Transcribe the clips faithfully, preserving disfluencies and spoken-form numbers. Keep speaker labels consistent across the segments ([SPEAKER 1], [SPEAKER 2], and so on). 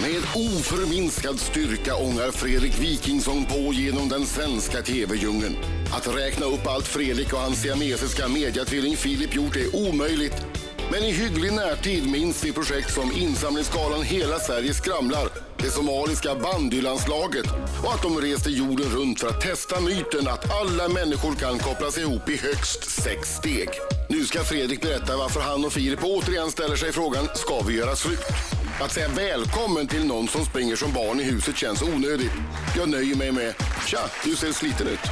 [SPEAKER 1] Med oförminskad styrka ångar Fredrik Wikingsson på genom den svenska tv-djungeln. Att räkna upp allt Fredrik och hans siamesiska mediatvilling Filip gjort är omöjligt. Men i hygglig närtid minns vi projekt som insamlingsgalan Hela Sverige skramlar, det somaliska bandylandslaget och att de reste jorden runt för att testa myten att alla människor kan kopplas ihop i högst sex steg. Nu ska Fredrik berätta varför han och Filip återigen ställer sig frågan, ska vi göra slut? Att säga välkommen till någon som springer som barn i huset känns onödigt. Jag nöjer mig med, tja, du ser sliten ut.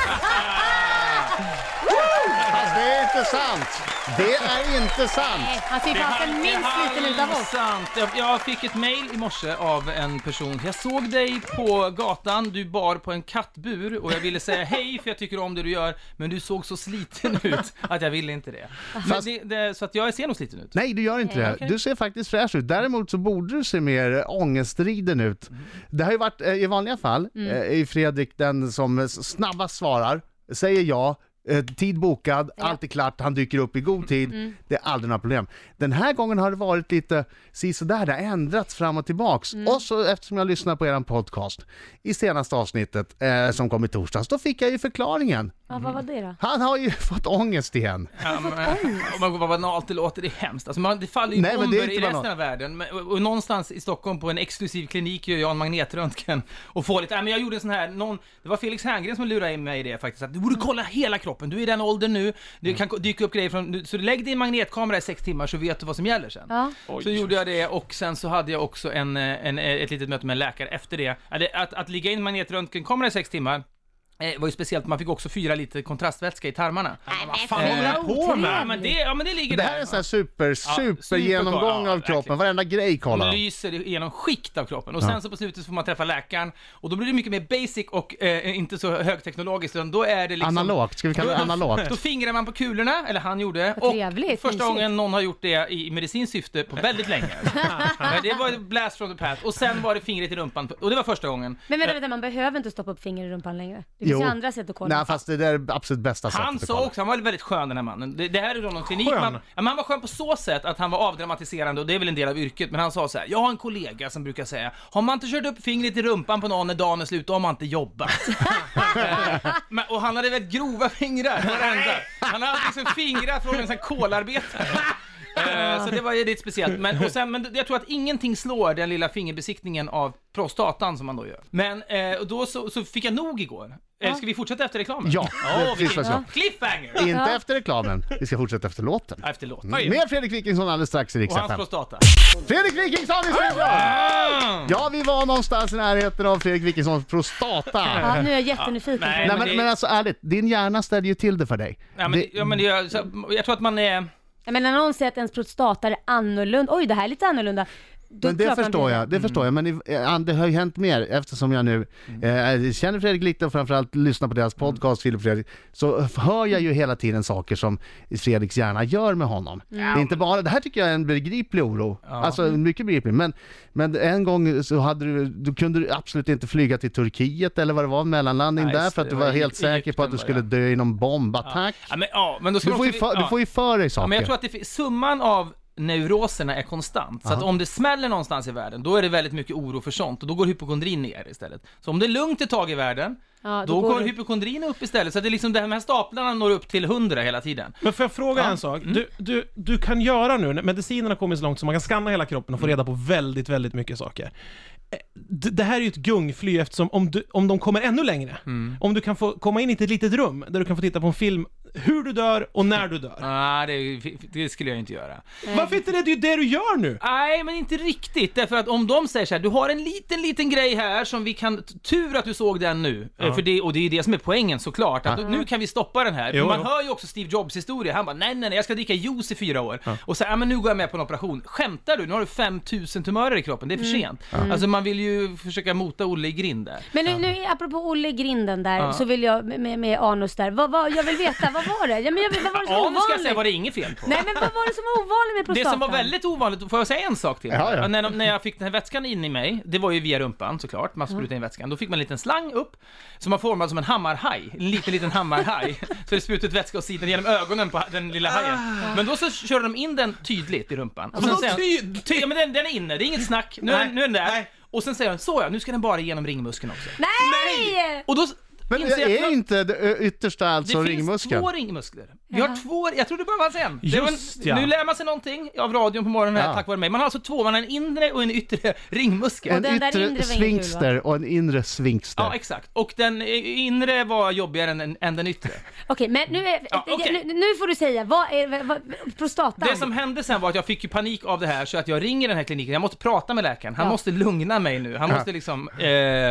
[SPEAKER 2] Alltså, det är inte sant. Det är inte sant.
[SPEAKER 3] Nej, han ser fast en minst liten utav oss.
[SPEAKER 4] Sant. Jag, jag fick ett mejl i morse av en person. Jag såg dig på gatan, du bar på en kattbur och jag ville säga hej för jag tycker om det du gör, men du såg så sliten ut att jag ville inte det. Men det, det så att jag ser nog sliten ut.
[SPEAKER 2] Nej, du gör inte det.
[SPEAKER 4] Okay.
[SPEAKER 2] Du ser faktiskt fräsch ut. Däremot så borde du se mer ångestriden ut. Mm. Det har ju varit eh, i vanliga fall mm. eh, i Fredrik den som snabbast svarar, säger ja. Tid bokad, ja. Allt är klart, han dyker upp i god tid. Mm. Det är aldrig några problem. Den här gången har det varit lite sådär, det har ändrats fram och tillbaks. Mm. Och så eftersom jag lyssnar på er podcast i senaste avsnittet eh, som kom i torsdags, då fick jag ju förklaringen.
[SPEAKER 3] Ja, vad var det då?
[SPEAKER 2] Han har ju fått ångest igen.
[SPEAKER 4] Ja, men, vad banalt det låter, det är hemskt. Alltså man, det faller ju Nej, bomber i resten av världen. Och, och någonstans i Stockholm på en exklusiv klinik gör jag en magnetröntgen och får lite, äh, men jag gjorde en sån här, någon, det var Felix Herngren som lurade in mig i det faktiskt, att du borde kolla hela kroppen, du är i den åldern nu, du kan dyka upp grejer från, så du lägger din magnetkamera i sex timmar så vet du vad som gäller sen. Ja. Så Oj, gjorde jag det och sen så hade jag också en, en, ett litet möte med en läkare efter det. Att, att, att ligga in magnetröntgenkamera i sex timmar det var ju speciellt, man fick också fyra liter kontrastvätska i tarmarna.
[SPEAKER 3] Nej, vad fan håller du på med?
[SPEAKER 4] Ja, men det, ja, men det ligger
[SPEAKER 2] det
[SPEAKER 4] där.
[SPEAKER 2] här är en sån här super, super ja, genomgång ja, av kroppen. Verkligen. Varenda grej kollar.
[SPEAKER 4] Man lyser genom skikt av kroppen. Och sen ja. så på slutet så får man träffa läkaren. Och då blir det mycket mer basic och eh, inte så högteknologiskt. Utan då är det liksom...
[SPEAKER 2] Analogt, ska vi kalla det
[SPEAKER 4] då,
[SPEAKER 2] analogt? Då
[SPEAKER 4] fingrar man på kulorna, eller han gjorde.
[SPEAKER 3] Och trevligt,
[SPEAKER 4] första gången någon har gjort det i medicinskt syfte på väldigt länge. Det var blast from the past. Och sen var det fingret i rumpan. Och det var första gången.
[SPEAKER 3] Men vänta, vänta, man behöver inte stoppa upp fingret i rumpan längre. Det finns ju andra sätt att kolla.
[SPEAKER 2] Nej, fast det är det absolut bästa sättet.
[SPEAKER 4] Han sa också, han var väldigt skön den här mannen. Det, det här är då någon klinik. Man, ja, man var skön på så sätt att han var avdramatiserande och det är väl en del av yrket. Men han sa så här, jag har en kollega som brukar säga, har man inte kört upp fingret i rumpan på någon när dagen är slut, då har man inte jobbat. Men, och han hade väldigt grova fingrar, varenda. Han hade liksom fingrar från en sån här kolarbetare. Uh, så det var ju lite speciellt. Men, och sen, men jag tror att ingenting slår den lilla fingerbesiktningen av prostatan som man då gör. Men uh, då så, så fick jag nog igår. Ja. Ska vi fortsätta efter reklamen?
[SPEAKER 2] Ja,
[SPEAKER 4] oh,
[SPEAKER 2] det vilken...
[SPEAKER 4] ja. Cliffhanger!
[SPEAKER 2] Inte ja. efter reklamen, vi ska fortsätta efter låten.
[SPEAKER 4] Ja, efter låten.
[SPEAKER 2] Mm. Mer Fredrik Wikingsson alldeles strax i Rix F M.
[SPEAKER 4] Och hans prostata.
[SPEAKER 2] Fredrik Wikingsson i studion! Ah! Ja, vi var någonstans i närheten av Fredrik Wikingssons prostata.
[SPEAKER 3] Ja, nu är jag jättenyfiken.
[SPEAKER 2] Ja. Nej, men, Nej, men, det... men alltså ärligt, din hjärna ställer ju till det för dig.
[SPEAKER 4] Ja, men,
[SPEAKER 2] det...
[SPEAKER 4] ja, men det, jag, jag tror att man är...
[SPEAKER 3] Men när någon säger att ens prostata är annorlunda, oj det här är lite annorlunda.
[SPEAKER 2] Men det förstår jag, det mm. förstår jag, men det har ju hänt mer eftersom jag nu mm. eh, känner Fredrik lite och framförallt lyssnar på deras podcast, Filip och Fredrik, så hör jag ju hela tiden saker som Fredriks hjärna gör med honom. Mm. Det är inte bara, det här tycker jag är en begriplig oro, ja. alltså mycket begriplig, men, men en gång så hade du, du kunde du absolut inte flyga till Turkiet eller vad det var, mellanlandning Nej, där för att du var, var helt säker på att du skulle dö i någon bombattack. Ja. Ja, men, ja, men då ska du, får ju för, ja. du får ju för dig saker.
[SPEAKER 4] Ja, men jag tror att det, summan av neuroserna är konstant. Så Aha. att om det smäller någonstans i världen, då är det väldigt mycket oro för sånt. Och då går hypokondrin ner istället. Så om det är lugnt ett tag i världen, ja, då, då går, går hypokondrin upp istället. Så att det är liksom, de här staplarna når upp till hundra hela tiden.
[SPEAKER 5] Men får jag fråga ja. en sak? Mm. Du, du, du kan göra nu, när medicinerna kommer så långt så man kan skanna hela kroppen och få reda på väldigt, väldigt mycket saker. Det här är ju ett gungfly eftersom om, du, om de kommer ännu längre, mm. om du kan få komma in i ett litet rum där du kan få titta på en film hur du dör och när du dör.
[SPEAKER 4] Nej, det, det skulle jag inte göra.
[SPEAKER 5] Varför inte det? Det är ju det du gör nu.
[SPEAKER 4] Nej, men inte riktigt. Därför att om de säger så här, du har en liten, liten grej här som vi kan, tur att du såg den nu. Ja. För det, och det är det som är poängen såklart. Att ja. nu kan vi stoppa den här. Jo, man jo. hör ju också Steve Jobs historia. Han bara, nej, nej, nej, jag ska dricka juice i fyra år. Ja. Och så ja, men nu går jag med på en operation. Skämtar du? Nu har du fem tusen tumörer i kroppen. Det är för
[SPEAKER 3] mm.
[SPEAKER 4] sent.
[SPEAKER 3] Mm.
[SPEAKER 4] Alltså man vill ju försöka mota Olle i grinden.
[SPEAKER 3] Men nu, nu apropå Olle i grinden där, ja. så vill jag med, med anus där. Vad, vad, jag vill veta, vad vad var det? Ja, men jag, vad var det som
[SPEAKER 4] Ja,
[SPEAKER 3] var
[SPEAKER 4] nu ska jag
[SPEAKER 3] ovanligt?
[SPEAKER 4] säga vad det är inget fel på.
[SPEAKER 3] Nej, men vad var det som var ovanligt med prostatan?
[SPEAKER 4] Det som var väldigt ovanligt, får jag säga en sak till?
[SPEAKER 2] Ja, ja.
[SPEAKER 4] När, de, när jag fick den här vätskan in i mig, det var ju via rumpan såklart, man sprutade in vätskan, då fick man en liten slang upp som var formad som en hammarhaj, en liten liten hammarhaj. Så det sprutade vätska och sidan genom ögonen på den lilla hajen. Men då så körde de in den tydligt i rumpan. Och sen säger
[SPEAKER 5] tydligt?
[SPEAKER 4] ty, ja, men den, den är inne, det är inget snack. Nu, är, nu är den där.
[SPEAKER 5] Nej.
[SPEAKER 4] Och sen säger han, så ja, nu ska den bara genom ringmuskeln också.
[SPEAKER 3] Nej!
[SPEAKER 4] Och då
[SPEAKER 2] Men
[SPEAKER 4] inser jag
[SPEAKER 2] är
[SPEAKER 4] att-
[SPEAKER 2] inte det yttersta alltså
[SPEAKER 4] det finns
[SPEAKER 2] ringmuskeln?
[SPEAKER 4] två ringmuskler. Vi har två, jag tror det bara fanns en. Det var en
[SPEAKER 5] Just ja.
[SPEAKER 4] Nu lär man sig någonting av radion på morgonen här,
[SPEAKER 2] Ja.
[SPEAKER 4] tack vare mig. Man har alltså två, man har en inre och en yttre ringmuskel.
[SPEAKER 2] En
[SPEAKER 3] den där
[SPEAKER 2] yttre
[SPEAKER 3] inre var ingen kul,
[SPEAKER 2] svinkster och en inre svinkster.
[SPEAKER 4] Ja, exakt. Och den inre var jobbigare än, än den yttre.
[SPEAKER 3] Okej, men nu, är,
[SPEAKER 4] Ja, okej.
[SPEAKER 3] nu, nu får du säga, vad är vad, prostatan?
[SPEAKER 4] Det som hände sen var att jag fick ju panik av det här, så att jag ringer den här kliniken. Jag måste prata med läkaren. Han
[SPEAKER 3] Ja.
[SPEAKER 4] måste lugna mig nu. Han
[SPEAKER 2] Ja.
[SPEAKER 4] måste liksom eh,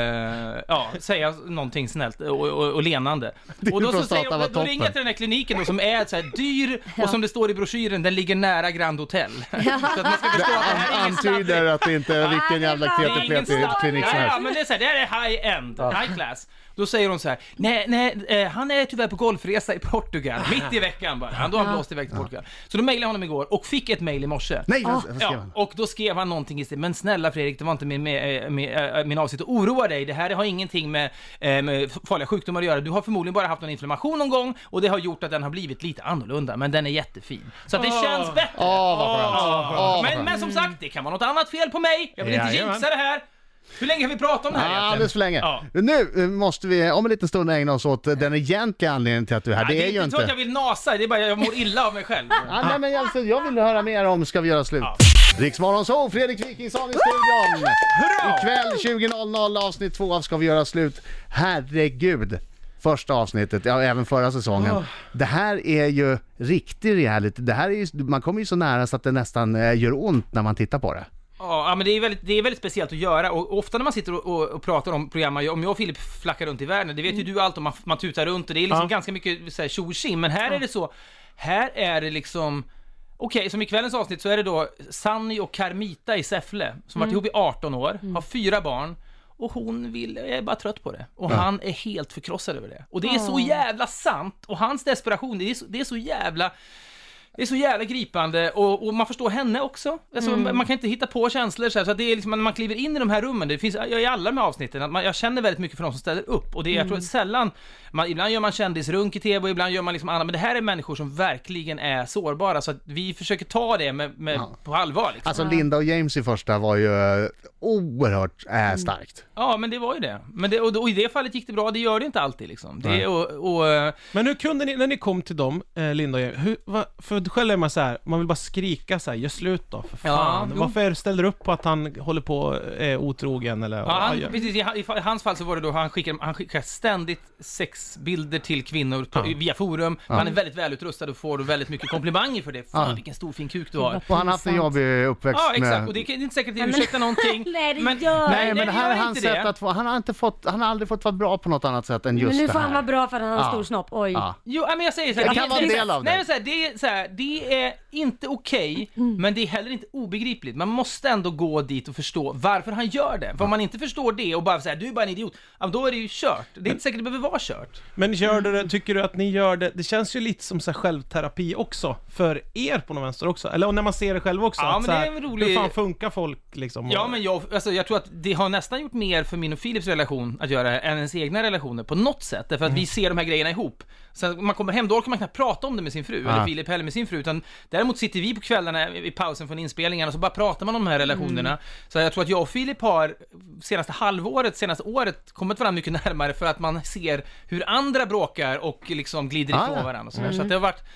[SPEAKER 4] ja, säga någonting snällt och, och, och lenande.
[SPEAKER 2] Din
[SPEAKER 4] Och då, så
[SPEAKER 2] prostata
[SPEAKER 4] säger,
[SPEAKER 2] var
[SPEAKER 4] jag, då
[SPEAKER 2] toppen.
[SPEAKER 4] ringer jag till den här kliniken då, som är så här dyr
[SPEAKER 3] Ja.
[SPEAKER 4] och som det står i broschyren, den ligger nära Grand Hotel. Så att man ska förstå att det här är ingen
[SPEAKER 2] Antyder att det inte är vilken jävla
[SPEAKER 3] det var-
[SPEAKER 2] kletig
[SPEAKER 4] Ingen snabb-
[SPEAKER 2] klinik som
[SPEAKER 4] ja, ja,
[SPEAKER 2] helst.
[SPEAKER 4] men det är så här, det här är high-end, high class. Då säger hon så här, nej, nej, eh, han är tyvärr på golfresa i Portugal, mitt i veckan bara. Då har han blåst iväg till Portugal. Så då mejlade jag honom igår och fick ett mejl i morse.
[SPEAKER 2] Nej, vad, vad skrev
[SPEAKER 4] Ja,
[SPEAKER 2] han?
[SPEAKER 4] och då skrev han någonting istället. Men snälla Fredrik, det var inte min, med, med, med, min avsikt att oroa dig. Det här har ingenting med, eh, med farliga sjukdomar att göra. Du har förmodligen bara haft någon inflammation någon gång och det har gjort att den har blivit lite annorlunda. Men den är jättefin. Så att det
[SPEAKER 5] Åh.
[SPEAKER 4] känns bättre.
[SPEAKER 2] Åh, vad skönt.
[SPEAKER 4] Åh.
[SPEAKER 2] Åh, vad
[SPEAKER 4] men,
[SPEAKER 2] skönt.
[SPEAKER 4] men som sagt, det kan vara något annat fel på mig. Jag vill inte
[SPEAKER 5] Jajamän.
[SPEAKER 4] jinxa det här. Hur länge har vi pratat om det här
[SPEAKER 2] Ja,
[SPEAKER 4] egentligen?
[SPEAKER 2] alldeles för länge.
[SPEAKER 4] Ja.
[SPEAKER 2] Nu eh, måste vi om en liten stund ägna oss åt eh, den egentliga anledningen till att du är här.
[SPEAKER 4] Nej,
[SPEAKER 2] Det är ju
[SPEAKER 4] inte så att jag
[SPEAKER 2] inte...
[SPEAKER 4] vill nasa, det är bara jag mår illa av mig själv.
[SPEAKER 2] Ja, nej, men alltså, jag vill höra mer om Ska vi göra slut.
[SPEAKER 4] Ja.
[SPEAKER 2] Riksmorgon så, Fredrik Wikingsson i studion. Ikväll tjugo noll noll avsnitt två av Ska vi göra slut. Herregud. Första avsnittet, ja även förra säsongen.
[SPEAKER 5] Oh.
[SPEAKER 2] Det här är ju riktig reality. Det här är ju, man kommer ju så nära så att det nästan eh, gör ont när man tittar på det.
[SPEAKER 4] Ja, men det är, väldigt, det är väldigt speciellt att göra, och ofta när man sitter och, och, och pratar om program, om jag och Filip flackar runt i världen, det vet ju du allt om, man, man tutar runt och det är liksom
[SPEAKER 5] Ja.
[SPEAKER 4] ganska mycket så här tjo och tjim, men här är det så, här är det liksom, okej, som i kvällens avsnitt så är det då Sanny och Carmita i Säffle, som varit ihop i arton år, har fyra barn, och hon vill, är bara trött på det. Och
[SPEAKER 2] Ja.
[SPEAKER 4] han är helt förkrossad över det. Och det är så jävla sant, och hans desperation, det är så, det är så jävla... Det är så jävla gripande, och, och man förstår henne också. Alltså,
[SPEAKER 3] Mm.
[SPEAKER 4] man kan inte hitta på känslor så, här, så att det är liksom, när man kliver in i de här rummen, det finns i alla de här avsnitten, att man, jag känner väldigt mycket för de som ställer upp. Och det är, jag tror att sällan, man, ibland gör man kändisrunk i tv och ibland gör man liksom annat, men det här är människor som verkligen är sårbara, så att vi försöker ta det med, med,
[SPEAKER 2] Ja.
[SPEAKER 4] på allvar. Liksom.
[SPEAKER 2] Alltså Linda och James i första var ju eh, oerhört äh, starkt.
[SPEAKER 4] Ja, men det var ju det. Men det, och, och i det fallet gick det bra, det gör det inte alltid liksom. Det, och, och,
[SPEAKER 5] Men hur kunde ni, när ni kom till dem, eh, Linda och James, hur, va, för själv är man så här, man vill bara skrika så här, gör slut då, för
[SPEAKER 4] Ja,
[SPEAKER 5] fan.
[SPEAKER 4] jo.
[SPEAKER 5] Varför ställer du upp på att han håller på är otrogen eller
[SPEAKER 4] Ja,
[SPEAKER 5] vad
[SPEAKER 4] han,
[SPEAKER 5] gör?
[SPEAKER 4] precis, i, i, i hans fall så var det då, han skickar, han skickar ständigt sexbilder till kvinnor på,
[SPEAKER 5] Ja.
[SPEAKER 4] via forum. Han är väldigt välutrustad och får då väldigt mycket komplimanger för det. Fan,
[SPEAKER 2] Ja.
[SPEAKER 4] vilken stor fin kuk du har.
[SPEAKER 3] Vad
[SPEAKER 2] Och han har haft en
[SPEAKER 3] pinsamt.
[SPEAKER 2] jobbig uppväxt
[SPEAKER 4] Ja, exakt.
[SPEAKER 2] med...
[SPEAKER 4] Och det är inte säkert att det
[SPEAKER 3] men-
[SPEAKER 4] ursäktar någonting.
[SPEAKER 3] Nej, det
[SPEAKER 4] men,
[SPEAKER 3] gör-
[SPEAKER 2] Nej, men det
[SPEAKER 4] det
[SPEAKER 2] här
[SPEAKER 4] gör
[SPEAKER 2] är hans
[SPEAKER 4] inte
[SPEAKER 2] sätt
[SPEAKER 4] det.
[SPEAKER 2] att få... Han har, inte fått, han har aldrig fått vara bra på något annat sätt än just
[SPEAKER 3] Men nu
[SPEAKER 2] det
[SPEAKER 3] får
[SPEAKER 2] här.
[SPEAKER 3] han vara bra för att han har en
[SPEAKER 2] Ja.
[SPEAKER 3] stor snopp, oj.
[SPEAKER 2] Ja.
[SPEAKER 4] Jo, men jag säger så här,
[SPEAKER 2] Det kan vara en
[SPEAKER 4] är-
[SPEAKER 2] del av det.
[SPEAKER 4] Nej, men så här, det, är, så här, det är inte okej, men det är heller inte obegripligt. Man måste ändå gå dit och förstå varför han gör det. För om man inte förstår det och bara säger du är bara en idiot, ja, då är det ju kört. Det är inte säkert att det behöver vara kört.
[SPEAKER 5] Men gör du det, tycker du att ni gör det, det känns ju lite som så här självterapi också, för er på någon vänster också, eller när man ser det själv också,
[SPEAKER 4] Ja,
[SPEAKER 5] att
[SPEAKER 4] men
[SPEAKER 5] så
[SPEAKER 4] det
[SPEAKER 5] här,
[SPEAKER 4] är en rolig-
[SPEAKER 5] hur fan funkar folk liksom?
[SPEAKER 4] Ja,
[SPEAKER 5] Och-
[SPEAKER 4] men jag, alltså, jag tror att det har nästan gjort mer för min och Philips relation att göra än ens egna relationer på något sätt, därför att vi ser de här grejerna ihop. Sen man kommer hem, då orkar man knappt prata om det med sin fru,
[SPEAKER 2] Ja.
[SPEAKER 4] eller Philip heller med sin fru, utan däremot sitter vi på kvällarna i pausen från inspelningen och så bara pratar man om de här relationerna. Så jag tror att jag och Philip har senaste halvåret, senaste året kommit varandra mycket närmare för att man ser hur andra bråkar och liksom glider
[SPEAKER 2] Ah,
[SPEAKER 4] ifrån
[SPEAKER 2] ja.
[SPEAKER 4] varandra och sådär. Så att det har varit,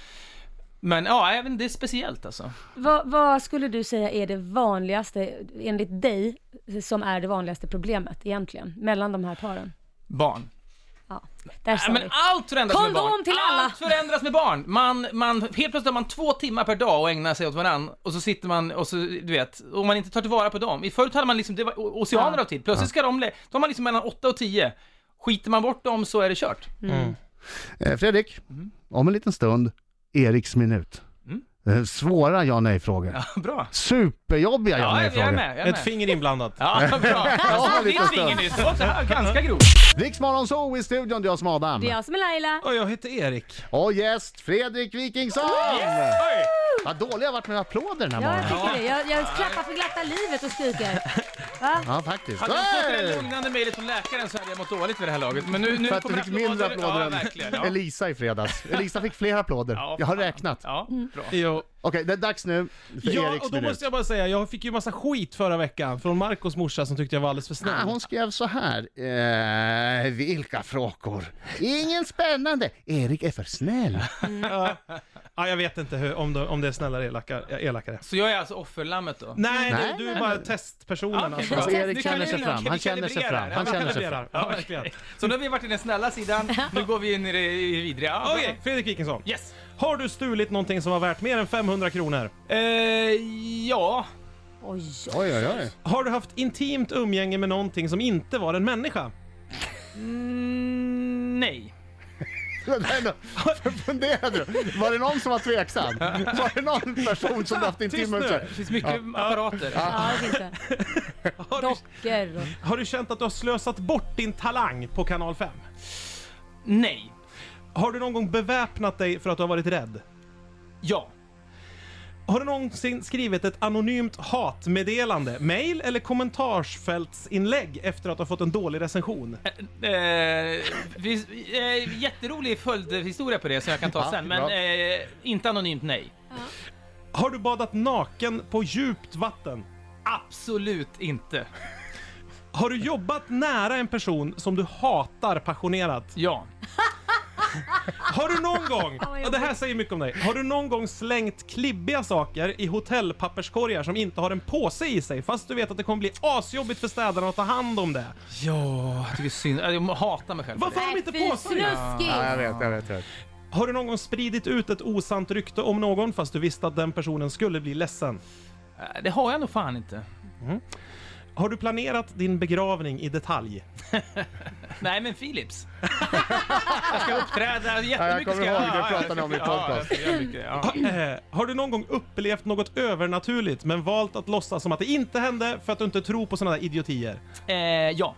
[SPEAKER 4] men ja, även det är speciellt alltså.
[SPEAKER 3] Vad, vad skulle du säga är det vanligaste, enligt dig, som är det vanligaste problemet egentligen, mellan de här paren?
[SPEAKER 4] Barn.
[SPEAKER 3] Ja, där sa
[SPEAKER 4] Ja, men
[SPEAKER 3] vi.
[SPEAKER 4] allt förändras med
[SPEAKER 3] Kondom
[SPEAKER 4] barn.
[SPEAKER 3] till alla!
[SPEAKER 4] Allt förändras med barn. Man, man, helt plötsligt har man två timmar per dag och ägnar sig åt varann och så sitter man och så, du vet, och man inte tar tillvara på dem. I förut hade man liksom, det var o- oceaner
[SPEAKER 3] Ja.
[SPEAKER 4] av tid. Plötsligt ska de, le- de har man liksom mellan åtta och tio. Skiter man bort dem så är det kört.
[SPEAKER 5] Mm.
[SPEAKER 2] Eh, Fredrik,
[SPEAKER 4] Mm.
[SPEAKER 2] om en liten stund, Eriks minut.
[SPEAKER 4] Mm.
[SPEAKER 2] Svåra ja nej-frågor.
[SPEAKER 4] Ja, bra.
[SPEAKER 2] Superjobbiga ja nej-frågor.
[SPEAKER 4] Jag är med, jag är med.
[SPEAKER 5] Ett finger inblandat.
[SPEAKER 4] Ja, bra.
[SPEAKER 2] Ja,
[SPEAKER 4] Ditt
[SPEAKER 2] lite
[SPEAKER 4] finger nyss, det var så här, ganska grovt.
[SPEAKER 2] Riksmorgon så i studion, det är jag som Adam.
[SPEAKER 3] Det är jag som är Laila.
[SPEAKER 5] Och jag heter Erik.
[SPEAKER 2] Och gäst Fredrik Wikingsson.
[SPEAKER 5] Oj!
[SPEAKER 2] Vad dålig jag har varit med applåder den här
[SPEAKER 3] Ja, jag
[SPEAKER 2] morgonen.
[SPEAKER 3] tycker det. Jag, jag klappar för glatta livet och skriker. Va?
[SPEAKER 2] Ja, faktiskt.
[SPEAKER 4] Hade jag fått det
[SPEAKER 2] Hey!
[SPEAKER 4] lugnande mejlet från läkaren så hade jag mått dåligt vid det här laget. Men nu, nu
[SPEAKER 2] För att du
[SPEAKER 4] kommer
[SPEAKER 2] fick mindre applåder
[SPEAKER 4] Ja,
[SPEAKER 2] än
[SPEAKER 4] verkligen. Ja.
[SPEAKER 2] Elisa i fredags. Elisa fick fler applåder.
[SPEAKER 4] Ja,
[SPEAKER 2] Jag har
[SPEAKER 4] fan.
[SPEAKER 2] räknat.
[SPEAKER 4] Ja, bra.
[SPEAKER 5] Jo.
[SPEAKER 2] Okej, det är dags nu för
[SPEAKER 5] Ja,
[SPEAKER 2] Eriks
[SPEAKER 5] och då
[SPEAKER 2] minut.
[SPEAKER 5] måste jag bara säga, jag fick ju massa skit förra veckan från Marcos morsa som tyckte jag var alldeles för snäll.
[SPEAKER 2] Ah, hon skrev så här. Eh, vilka frågor? Ingen spännande. Erik är för snäll.
[SPEAKER 5] Ja, ja, jag vet inte hur, om, det, om det är snällare elakare. elakare.
[SPEAKER 4] Så jag är alltså offerlammet då?
[SPEAKER 5] Nej,
[SPEAKER 2] Nej,
[SPEAKER 5] du, du är
[SPEAKER 2] nej,
[SPEAKER 5] bara
[SPEAKER 2] nej.
[SPEAKER 5] testpersonen.
[SPEAKER 4] Ja, okej,
[SPEAKER 5] alltså.
[SPEAKER 4] bra.
[SPEAKER 2] Alltså, Erik
[SPEAKER 4] Nu
[SPEAKER 2] känner
[SPEAKER 4] kan
[SPEAKER 2] sig
[SPEAKER 4] vi-
[SPEAKER 2] fram.
[SPEAKER 4] kan vi
[SPEAKER 2] Han känner sig
[SPEAKER 4] kalibrera
[SPEAKER 2] fram.
[SPEAKER 4] det.
[SPEAKER 2] Han
[SPEAKER 4] Ja,
[SPEAKER 2] känner sig
[SPEAKER 5] kalibrerar.
[SPEAKER 2] fram.
[SPEAKER 5] Ja, verkligen.
[SPEAKER 4] Så nu har vi varit i den snälla sidan, nu går vi in i det i vidriga. Ja,
[SPEAKER 5] Okej,
[SPEAKER 4] bra.
[SPEAKER 5] Fredrik Wikingsson.
[SPEAKER 4] Yes.
[SPEAKER 5] Har du stulit någonting som var värt mer än femhundra kronor?
[SPEAKER 4] Eh, ja.
[SPEAKER 3] Oj.
[SPEAKER 2] Oj, oj, oj.
[SPEAKER 5] Har du haft intimt umgänge med någonting som inte var en människa?
[SPEAKER 4] Mm, nej.
[SPEAKER 2] Funderade du? Var det någon som var tveksam? Var det någon person som haft
[SPEAKER 5] Tyst
[SPEAKER 2] intim
[SPEAKER 5] nu.
[SPEAKER 2] umgänge?
[SPEAKER 4] Det finns mycket apparater.
[SPEAKER 3] Ja, det finns det.
[SPEAKER 5] Har du,
[SPEAKER 3] Dockor och...
[SPEAKER 5] har du känt att du har slösat bort din talang på kanal fem?
[SPEAKER 4] Nej.
[SPEAKER 5] Har du någon gång beväpnat dig för att du har varit rädd?
[SPEAKER 4] Ja.
[SPEAKER 5] Har du någonsin skrivit ett anonymt hatmeddelande, mail eller kommentarsfältsinlägg efter att du har fått en dålig recension?
[SPEAKER 4] Eh, eh, finns, eh, jätterolig följdhistoria på det som jag kan ta
[SPEAKER 2] Ja,
[SPEAKER 4] sen, men
[SPEAKER 2] bra.
[SPEAKER 4] eh, inte anonymt nej.
[SPEAKER 5] Har du badat naken på djupt vatten?
[SPEAKER 4] Absolut inte.
[SPEAKER 5] Har du jobbat nära en person som du hatar passionerat?
[SPEAKER 4] Ja.
[SPEAKER 5] Har du någon gång,
[SPEAKER 3] vad
[SPEAKER 5] och det här säger mycket om dig, har du någon gång slängt klibbiga saker i hotellpapperskorgar som inte har en påse i sig fast du vet att det kommer bli asjobbigt för städarna att ta hand om det?
[SPEAKER 4] Ja, jag tycker synd. Jag hatar mig själv för
[SPEAKER 5] Varför har de inte
[SPEAKER 3] Fy
[SPEAKER 5] påsar?
[SPEAKER 3] snuskigt.
[SPEAKER 2] Ja, jag vet, jag vet. Jag vet.
[SPEAKER 5] Har du någon gång spridit ut ett osant rykte om någon fast du visste att den personen skulle bli ledsen?
[SPEAKER 4] det. Det har jag nog fan inte.
[SPEAKER 5] Har du planerat din begravning i detalj?
[SPEAKER 4] Nej, men Philips. Jag ska uppträda jättemycket.
[SPEAKER 2] Ja, jag kommer
[SPEAKER 4] ska
[SPEAKER 2] ihåg,
[SPEAKER 4] ja,
[SPEAKER 2] det
[SPEAKER 4] ja,
[SPEAKER 2] pratade ni
[SPEAKER 4] jag
[SPEAKER 2] om i
[SPEAKER 4] ska-
[SPEAKER 2] podcast.
[SPEAKER 4] Ja, jag ska göra mycket, ja.
[SPEAKER 5] Ha, eh, har du någon gång upplevt något övernaturligt men valt att låtsas som att det inte hände för att du inte tror på sådana där idiotier?
[SPEAKER 4] Eh, ja.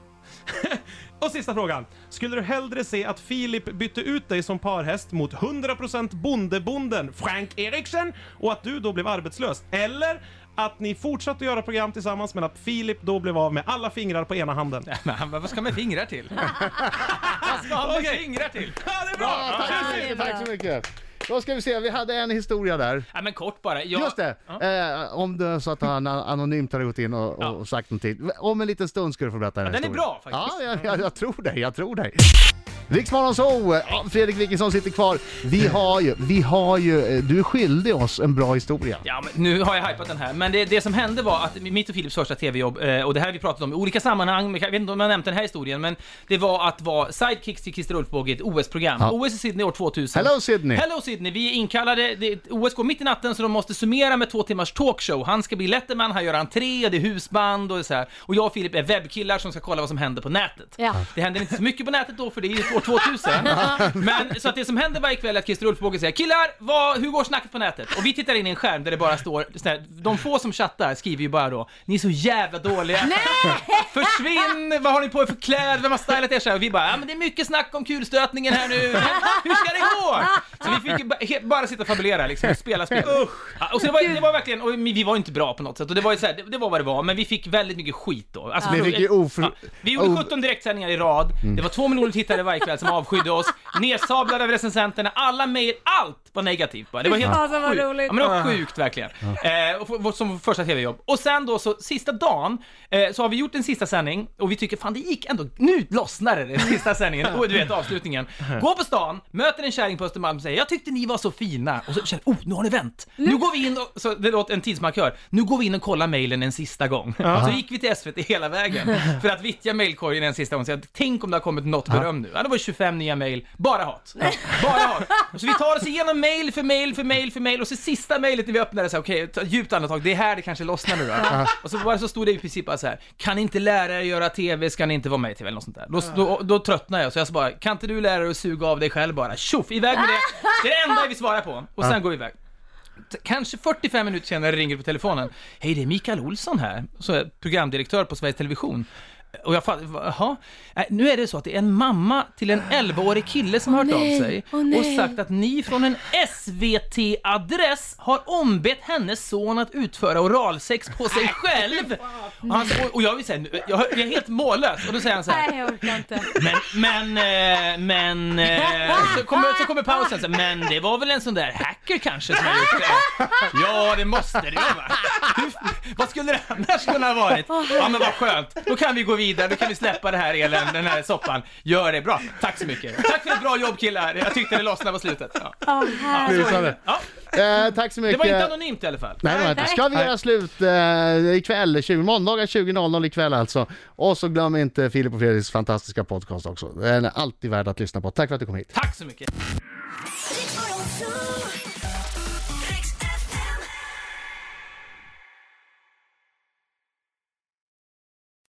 [SPEAKER 5] Och sista frågan. Skulle du hellre se att Filip bytte ut dig som parhäst mot hundra procent bondebonden Frank Eriksen och att du då blev arbetslös? Eller att ni fortsatte göra program tillsammans men att Filip då blev av med alla fingrar på ena handen?
[SPEAKER 4] Men vad ska man fingrar till? Vad ska han med
[SPEAKER 5] Okej.
[SPEAKER 4] fingrar till?
[SPEAKER 5] Ja, det är
[SPEAKER 2] Ja,
[SPEAKER 5] bra!
[SPEAKER 2] tack så
[SPEAKER 3] det är
[SPEAKER 2] mycket,
[SPEAKER 3] bra.
[SPEAKER 2] tack så mycket. Då ska vi se, vi hade en historia där.
[SPEAKER 4] Ja, men kort bara. Jag,
[SPEAKER 2] Just det, eh, om det så att han anonymt har gått in och,
[SPEAKER 4] Ja.
[SPEAKER 2] och sagt någonting. Om en liten stund ska du få berätta den
[SPEAKER 4] Ja, den är
[SPEAKER 2] historien.
[SPEAKER 4] bra, faktiskt.
[SPEAKER 2] Ja, jag, jag, jag tror dig, jag tror dig. Riksmorgon så, ja, Fredrik Wikingsson sitter kvar. Vi har ju, vi har ju, du är skyldig oss en bra historia.
[SPEAKER 4] Ja, men nu har jag hypat den här. Men det, det som hände var att mitt och Philips första tv-jobb, eh, och det här har vi pratat om i olika sammanhang, men jag vet inte om jag har nämnt den här historien, men det var att vara sidekicks till Christer Ulfbåge i ett O S-program.
[SPEAKER 2] Ja.
[SPEAKER 4] O S i Sydney år tvåtusen.
[SPEAKER 2] Hello Sydney!
[SPEAKER 4] Hello Sydney, vi är inkallade, det, O S går mitt i natten så de måste summera med två timmars talkshow. Han ska bli Letterman, han gör entré, det är husband och så här. Och jag och Filip är webbkillar som ska kolla vad som händer på nätet.
[SPEAKER 3] Ja.
[SPEAKER 4] Det händer inte så mycket på nätet då för det är ju år tvåtusen. Men så att det som händer varje kväll är att Christer Ulfbåge säger killar, vad, hur går snacket på nätet? Och vi tittar in i en skärm där det bara står sådär, de få som chattar skriver ju bara då ni är så jävla dåliga. Försvinn, vad har ni på er för kläder? Vem har stylat er så här? Och vi bara, ja men det är mycket snack om kulstötningen här nu. Hur ska det gå? Så vi fick ju bara, he- bara sitta och fabulera liksom och spela spel. Ja, och så det var, det var verkligen, och vi var ju inte bra på något sätt och det var ju så här, det, det var vad det var, men vi fick väldigt mycket skit då. Alltså,
[SPEAKER 2] Vi fick ju oför...
[SPEAKER 4] Ja, vi gjorde
[SPEAKER 2] o-
[SPEAKER 4] sjutton direktsändningar i rad, det var två miljoner tittare varje kväll som avskydde oss, nedsablade av recensenterna, alla mejl, allt var negativt bara. Det var helt
[SPEAKER 3] Fy fasen, vad
[SPEAKER 4] sjukt.
[SPEAKER 3] roligt.
[SPEAKER 4] Ja, men det var sjukt verkligen. Eh, och för, som första tv-jobb. Och sen då så, sista dagen, eh, så har vi gjort en sista sändning och vi tycker fan det gick ändå, nu lossnade det, den sista sändningen, och du vet avslutningen. Gå på stan, möter en kärring på Östermalm och säger jag tyckte ni var så fina, och så känner oh nu har ni vänt. Nu går vi in och, så det låter en tidsmarkör, nu går vi in och kollar mejlen en sista gång. Så gick vi till S V T hela vägen för att vittja mejlkorgen en sista gång. Så jag, tänk om det har kommit något beröm nu. Ja, det var tjugofem nya mejl, bara hat. Bara hat. Och så vi tar oss igenom mejl för mejl för mejl för mejl och så sista mejlet när vi öppnade så okej, okay, djupt andetag, det är här det kanske lossnar nu då. Och så bara så stod det i princip bara så här, kan inte lära er göra tv, ska ni inte vara med i tv eller något sånt där. Då, då, då tröttnar jag så jag så bara, kan inte du lära dig att suga av dig själv bara, tjoff, iväg med det. Det är det enda vi svarar på och sen går vi iväg. t- kanske fyrtiofem minuter senare ringer på telefonen. Hej, det är Mikael Olsson här. Så är jag programdirektör på Sveriges Television. Och jag fattar, jaha, nu är det så att det är en mamma till en elvaårig kille som
[SPEAKER 3] oh,
[SPEAKER 4] har hört
[SPEAKER 3] nej.
[SPEAKER 4] av sig
[SPEAKER 3] oh,
[SPEAKER 4] och sagt att ni från en S V T-adress har ombett hennes son att utföra oralsex på sig själv. Och, han, och jag vill säga, jag, jag är helt mållös. Och då säger han så här.
[SPEAKER 3] Nej, jag orkar inte.
[SPEAKER 4] Men, men, men, så kommer, så kommer pausen så här, men det var väl en sån där hacker kanske som har gjort det. Ja, det måste det vara. Vad skulle det annars kunna ha varit? Ja, men vad skönt. Då kan vi gå vidare, då kan vi släppa det här elen, den här soppan. Gör det bra. Tack så mycket. Tack för ett bra jobb, killar. Jag tyckte det lossnade på slutet. Ja.
[SPEAKER 3] Oh,
[SPEAKER 2] ja,
[SPEAKER 4] Ja.
[SPEAKER 2] Eh, tack så mycket.
[SPEAKER 4] Det var inte anonymt i alla fall.
[SPEAKER 2] Nej, nej, nej. Ska vi göra slut eh, ikväll, tjugo, måndagar tjugo noll noll ikväll alltså. Och så glöm inte Filip och Fredriks fantastiska podcast också. Den är alltid värd att lyssna på. Tack för att du kom hit.
[SPEAKER 4] Tack så mycket.
[SPEAKER 6] Riks Morgonzoo.